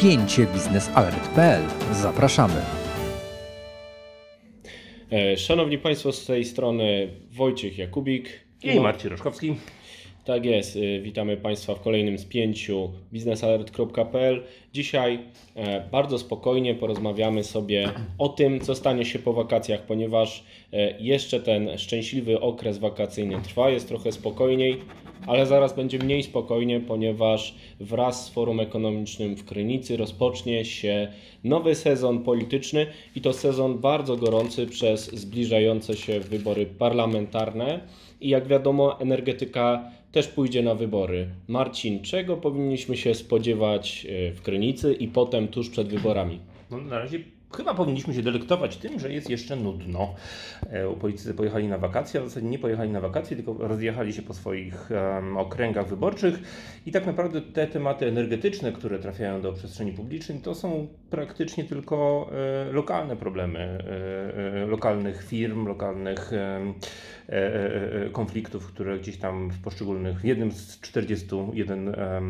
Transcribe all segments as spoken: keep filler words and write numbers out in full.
spięcie biznes alert kropka p l. Zapraszamy. Szanowni Państwo, z tej strony Wojciech Jakubik i Marcin Roszkowski. Tak jest, witamy Państwa w kolejnym spięciu biznes alert kropka p l. Dzisiaj bardzo spokojnie porozmawiamy sobie o tym, co stanie się po wakacjach, ponieważ jeszcze ten szczęśliwy okres wakacyjny trwa, jest trochę spokojniej, ale zaraz będzie mniej spokojnie, ponieważ wraz z Forum Ekonomicznym w Krynicy rozpocznie się nowy sezon polityczny i to sezon bardzo gorący przez zbliżające się wybory parlamentarne i jak wiadomo energetyka też pójdzie na wybory. Marcin, czego powinniśmy się spodziewać w Krynicy i potem tuż przed wyborami? No, na razie chyba powinniśmy się delektować tym, że jest jeszcze nudno. Politycy pojechali na wakacje, a w zasadzie nie pojechali na wakacje, tylko rozjechali się po swoich um, okręgach wyborczych i tak naprawdę te tematy energetyczne, które trafiają do przestrzeni publicznej, to są praktycznie tylko e, lokalne problemy e, e, lokalnych firm, lokalnych e, e, e, konfliktów, które gdzieś tam w poszczególnych, w jednym z czterdziestu jeden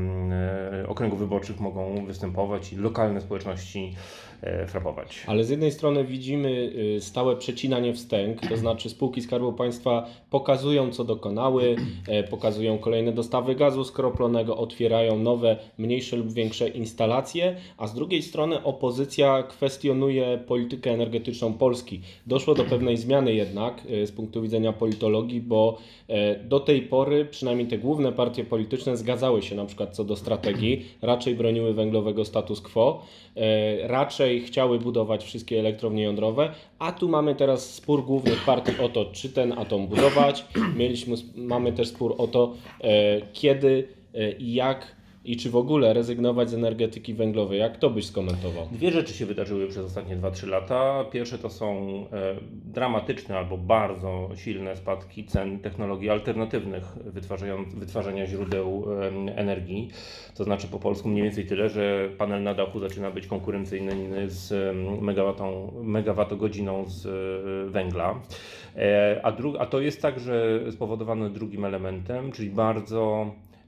e, okręgów wyborczych mogą występować i lokalne społeczności e, frapować. Ale z jednej strony widzimy stałe przecinanie wstęg, to znaczy spółki Skarbu Państwa pokazują, co dokonały, pokazują kolejne dostawy gazu skroplonego, otwierają nowe, mniejsze lub większe instalacje, a z drugiej strony opozycja kwestionuje politykę energetyczną Polski. Doszło do pewnej zmiany jednak z punktu widzenia politologii, bo do tej pory przynajmniej te główne partie polityczne zgadzały się na przykład co do strategii, raczej broniły węglowego status quo, raczej chciały budować wszystkie elektrownie jądrowe, a tu mamy teraz spór głównych partii o to, czy ten atom budować. Mieliśmy, mamy też spór o to, e, kiedy i e, jak i czy w ogóle rezygnować z energetyki węglowej. Jak to byś skomentował? Dwie rzeczy się wydarzyły przez ostatnie dwa trzy lata. Pierwsze to są e, dramatyczne albo bardzo silne spadki cen technologii alternatywnych wytwarzania źródeł e, energii. To znaczy po polsku mniej więcej tyle, że panel na dachu zaczyna być konkurencyjny z megawatą, megawattogodziną z e, węgla. E, a, dru- a to jest także spowodowane drugim elementem, czyli bardzo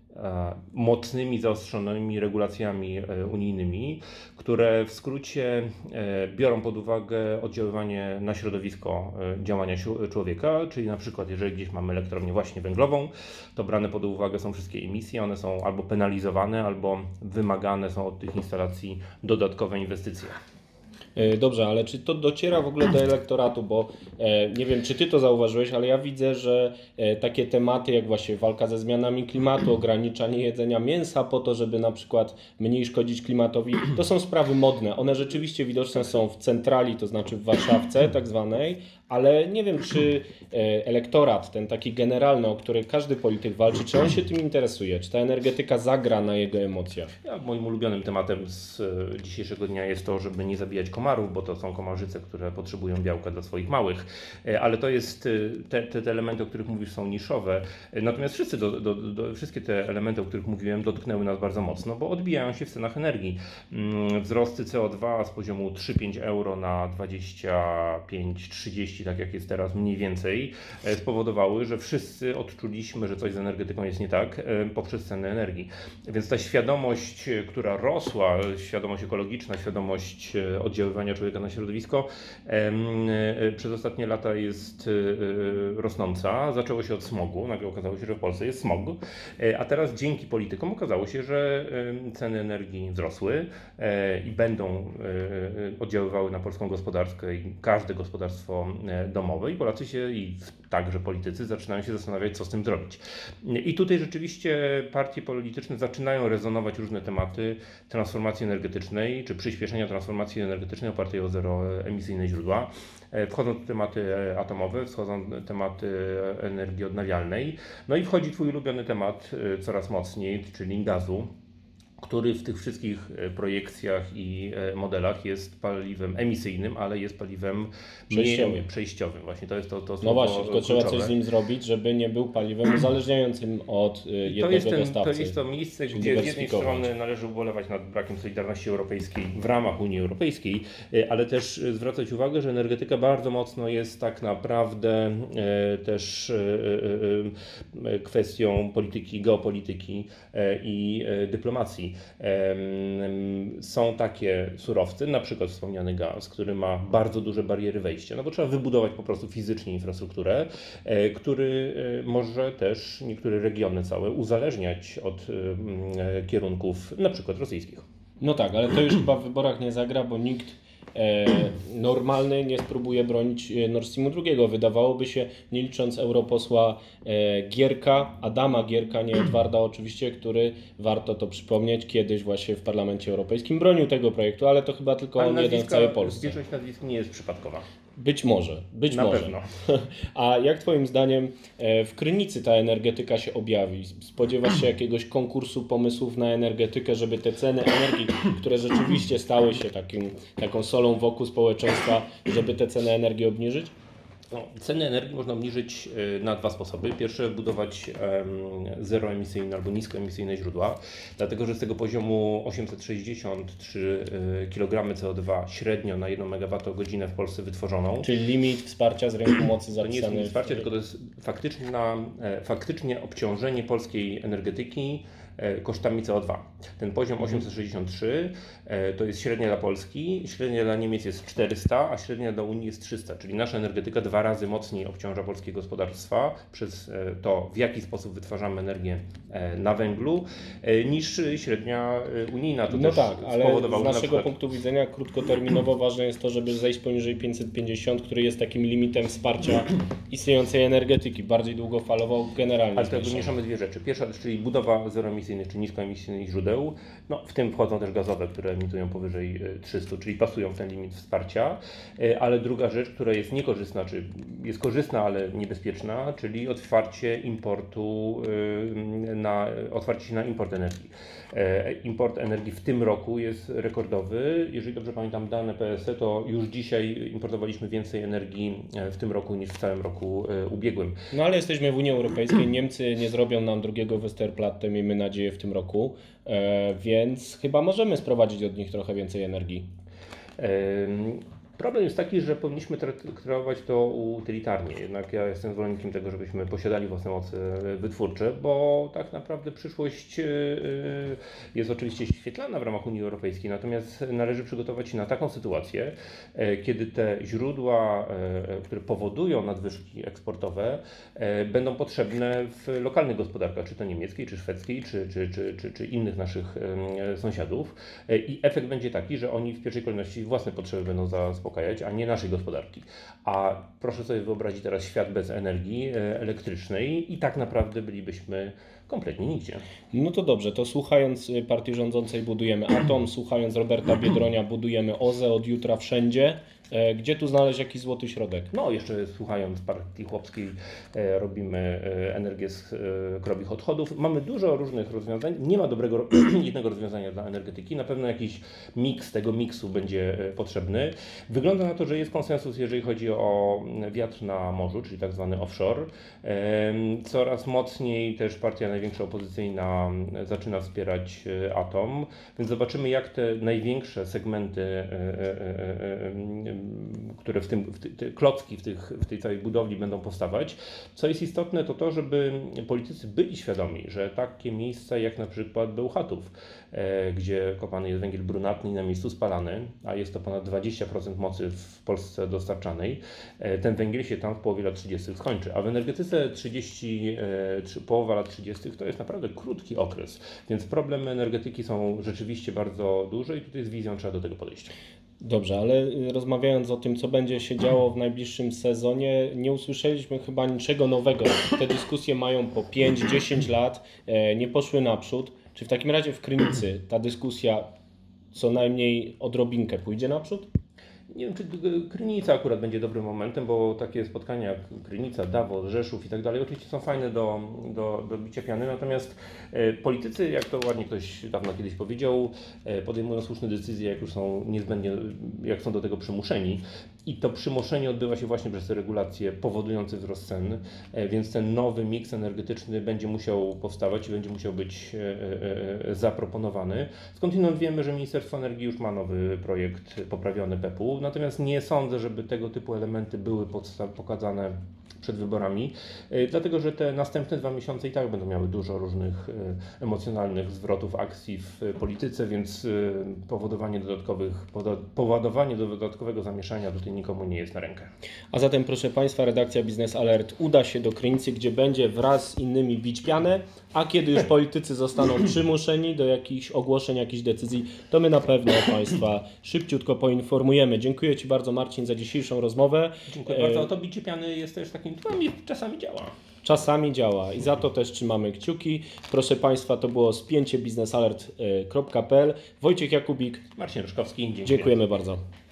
mocnymi, zaostrzonymi regulacjami unijnymi, które w skrócie biorą pod uwagę oddziaływanie na środowisko działania człowieka, czyli na przykład jeżeli gdzieś mamy elektrownię właśnie węglową, to brane pod uwagę są wszystkie emisje, one są albo penalizowane, albo wymagane są od tych instalacji dodatkowe inwestycje. Dobrze, ale czy to dociera w ogóle do elektoratu, bo e, nie wiem, czy ty to zauważyłeś, ale ja widzę, że e, takie tematy jak właśnie walka ze zmianami klimatu, ograniczanie jedzenia mięsa po to, żeby na przykład mniej szkodzić klimatowi, to są sprawy modne. One rzeczywiście widoczne są w centrali, to znaczy w Warszawce tak zwanej, ale nie wiem, czy e, elektorat, ten taki generalny, o który każdy polityk walczy, czy on się tym interesuje, czy ta energetyka zagra na jego emocjach? Ja, moim ulubionym tematem z e, dzisiejszego dnia jest to, żeby nie zabijać komarów, bo to są komarzyce, które potrzebują białka dla swoich małych, e, ale to jest, te, te, te elementy, o których mówisz, są niszowe, e, natomiast wszyscy do, do, do, wszystkie te elementy, o których mówiłem, dotknęły nas bardzo mocno, bo odbijają się w cenach energii. Mm, wzrosty C O dwa z poziomu trzy pięć euro na dwadzieścia pięć trzydzieści, tak jak jest teraz mniej więcej, e, spowodowały, że wszyscy odczuliśmy, że coś z energetyką jest nie tak e, poprzez ceny energii. Więc ta świadomość, która rosła, świadomość ekologiczna, świadomość oddziaływania człowieka na środowisko przez ostatnie lata jest rosnąca. Zaczęło się od smogu, nagle okazało się, że w Polsce jest smog, a teraz dzięki politykom okazało się, że ceny energii wzrosły i będą oddziaływały na polską gospodarkę i każde gospodarstwo domowe i Polacy się i także politycy zaczynają się zastanawiać, co z tym zrobić. I tutaj rzeczywiście partie polityczne zaczynają rezonować różne tematy transformacji energetycznej, czy przyspieszenia transformacji energetycznej opartej o zeroemisyjne źródła. Wchodzą tu tematy atomowe, wchodzą tematy energii odnawialnej, no i wchodzi twój ulubiony temat coraz mocniej, czyli gazu, który w tych wszystkich projekcjach i modelach jest paliwem emisyjnym, ale jest paliwem przejściowym. Nie, przejściowym. Właśnie to jest to, to No właśnie, tylko kluczowe. trzeba coś z nim zrobić, żeby nie był paliwem uzależniającym od jednego to jest ten, dostawcy. To jest to miejsce, gdzie z jednej strony należy ubolewać nad brakiem solidarności europejskiej w ramach Unii Europejskiej, ale też zwracać uwagę, że energetyka bardzo mocno jest tak naprawdę też kwestią polityki, geopolityki i dyplomacji. są takie surowce, na przykład wspomniany gaz, który ma bardzo duże bariery wejścia, no bo trzeba wybudować po prostu fizycznie infrastrukturę, który może też niektóre regiony całe uzależniać od kierunków na przykład rosyjskich. No tak, ale to już chyba w wyborach nie zagra, bo nikt e, normalny nie spróbuje bronić Nord Streamu drugiego. Wydawałoby się, nie licząc europosła e, Gierka, Adama Gierka, nie Edwarda oczywiście, który, warto to przypomnieć, kiedyś właśnie w Parlamencie Europejskim bronił tego projektu, ale to chyba tylko Ale on jeden w całej Polsce. Większość nazwisk nie jest przypadkowa. Być może, być Na może. pewno. A jak Twoim zdaniem w Krynicy ta energetyka się objawi? Spodziewasz się jakiegoś konkursu pomysłów na energetykę, żeby te ceny energii, które rzeczywiście stały się takim, taką solą wokół społeczeństwa, żeby te ceny energii obniżyć? No, ceny energii można obniżyć na dwa sposoby. Pierwsze, budować zeroemisyjne albo niskoemisyjne źródła, dlatego że z tego poziomu osiemset sześćdziesiąt trzy kilogramy C O dwa średnio na jedną megawattogodzinę w Polsce wytworzoną. Czyli limit wsparcia z rynku mocy zapisany. To nie jest limit wsparcia, tylko to jest faktyczna, faktycznie obciążenie polskiej energetyki kosztami C O dwa. Ten poziom osiemset sześćdziesiąt trzy to jest średnia dla Polski, średnia dla Niemiec jest czterysta, a średnia dla Unii jest trzysta, czyli nasza energetyka dwa razy mocniej obciąża polskie gospodarstwa przez to, w jaki sposób wytwarzamy energię na węglu, niż średnia unijna. To no też tak, ale z naszego na przykład... punktu widzenia krótkoterminowo ważne jest to, żeby zejść poniżej pięćset pięćdziesiąt, który jest takim limitem wsparcia istniejącej energetyki, bardziej długofalowo generalnie. Ale tutaj mieszamy dwie rzeczy. Pierwsza, czyli budowa zeroemisyjnych czy niskoemisyjnych źródeł, no, w tym wchodzą też gazowe, które emitują powyżej trzysta, czyli pasują w ten limit wsparcia, ale druga rzecz, która jest niekorzystna, czy jest korzystna, ale niebezpieczna, czyli otwarcie importu na, otwarcie się na import energii. Import energii w tym roku jest rekordowy. Jeżeli dobrze pamiętam dane P S E, to już dzisiaj importowaliśmy więcej energii w tym roku niż w całym roku ubiegłym. No ale jesteśmy w Unii Europejskiej, Niemcy nie zrobią nam drugiego Westerplatte, miejmy nadzieję, w tym roku, więc chyba możemy sprowadzić od nich trochę więcej energii. Problem jest taki, że powinniśmy traktować to utylitarnie. Jednak ja jestem zwolennikiem tego, żebyśmy posiadali własne moce wytwórcze, bo tak naprawdę przyszłość jest oczywiście świetlana w ramach Unii Europejskiej, natomiast należy przygotować się na taką sytuację, kiedy te źródła, które powodują nadwyżki eksportowe, będą potrzebne w lokalnych gospodarkach, czy to niemieckiej, czy szwedzkiej, czy, czy, czy, czy, czy innych naszych sąsiadów. I efekt będzie taki, że oni w pierwszej kolejności własne potrzeby będą zaspokajać, a nie naszej gospodarki. A proszę sobie wyobrazić teraz świat bez energii elektrycznej i tak naprawdę bylibyśmy kompletnie nigdzie. No to dobrze, to słuchając partii rządzącej budujemy atom, słuchając Roberta Biedronia budujemy O Z E od jutra wszędzie. Gdzie tu znaleźć jakiś złoty środek? No jeszcze słuchając partii chłopskiej e, robimy e, energię z e, krowich odchodów. Mamy dużo różnych rozwiązań. Nie ma dobrego jednego rozwiązania dla energetyki. Na pewno jakiś miks tego miksu będzie e, potrzebny. Wygląda na to, że jest konsensus, jeżeli chodzi o wiatr na morzu, czyli tak zwany offshore. E, coraz mocniej też partia największa opozycyjna zaczyna wspierać e, atom, więc zobaczymy, jak te największe segmenty e, e, e, które w tym, w te, te klocki w, tych, w tej całej budowli będą powstawać. Co jest istotne, to to, żeby politycy byli świadomi, że takie miejsca jak na przykład Bełchatów, e, gdzie kopany jest węgiel brunatny i na miejscu spalany, a jest to ponad dwadzieścia procent mocy w Polsce dostarczanej, e, ten węgiel się tam w połowie lat trzydziestych skończy. A w energetyce trzydzieści, e, połowa lat trzydziestych to jest naprawdę krótki okres, więc problemy energetyki są rzeczywiście bardzo duże i tutaj z wizją trzeba do tego podejść. Dobrze, ale rozmawiając o tym, co będzie się działo w najbliższym sezonie, nie usłyszeliśmy chyba niczego nowego. Te dyskusje mają po pięć dziesięć lat, nie poszły naprzód. Czy w takim razie w Krynicy ta dyskusja co najmniej odrobinkę pójdzie naprzód? Nie wiem, czy Krynica akurat będzie dobrym momentem, bo takie spotkania jak Krynica, Davos, Rzeszów i tak dalej oczywiście są fajne do, do, do bicia piany, natomiast e, politycy, jak to ładnie ktoś dawno kiedyś powiedział, e, podejmują słuszne decyzje, jak już są niezbędnie, jak są do tego przymuszeni. I to przymuszenie odbywa się właśnie przez te regulacje powodujące wzrost cen, e, więc ten nowy miks energetyczny będzie musiał powstawać i będzie musiał być e, e, zaproponowany. Skądinąd wiemy, że Ministerstwo Energii już ma nowy projekt poprawiony P E P u, natomiast nie sądzę, żeby tego typu elementy były pokazane przed wyborami, dlatego że te następne dwa miesiące i tak będą miały dużo różnych emocjonalnych zwrotów akcji w polityce, więc powodowanie dodatkowych, powodowanie do dodatkowego zamieszania tutaj nikomu nie jest na rękę. A zatem, proszę Państwa, redakcja Biznes Alert uda się do Krynicy, gdzie będzie wraz z innymi bić pianę, a kiedy już politycy zostaną przymuszeni do jakichś ogłoszeń, jakichś decyzji, to my na pewno Państwa szybciutko poinformujemy. Dziękuję Ci bardzo, Marcin, za dzisiejszą rozmowę. Dziękuję bardzo. A to bicie piany jest też takim, czasami działa. Czasami działa i za to też trzymamy kciuki. Proszę Państwa, to było spięcie biznesalert kropka p l. Wojciech Jakubik. Marcin Ryszkowski. Dziękuję. Dziękujemy bardzo.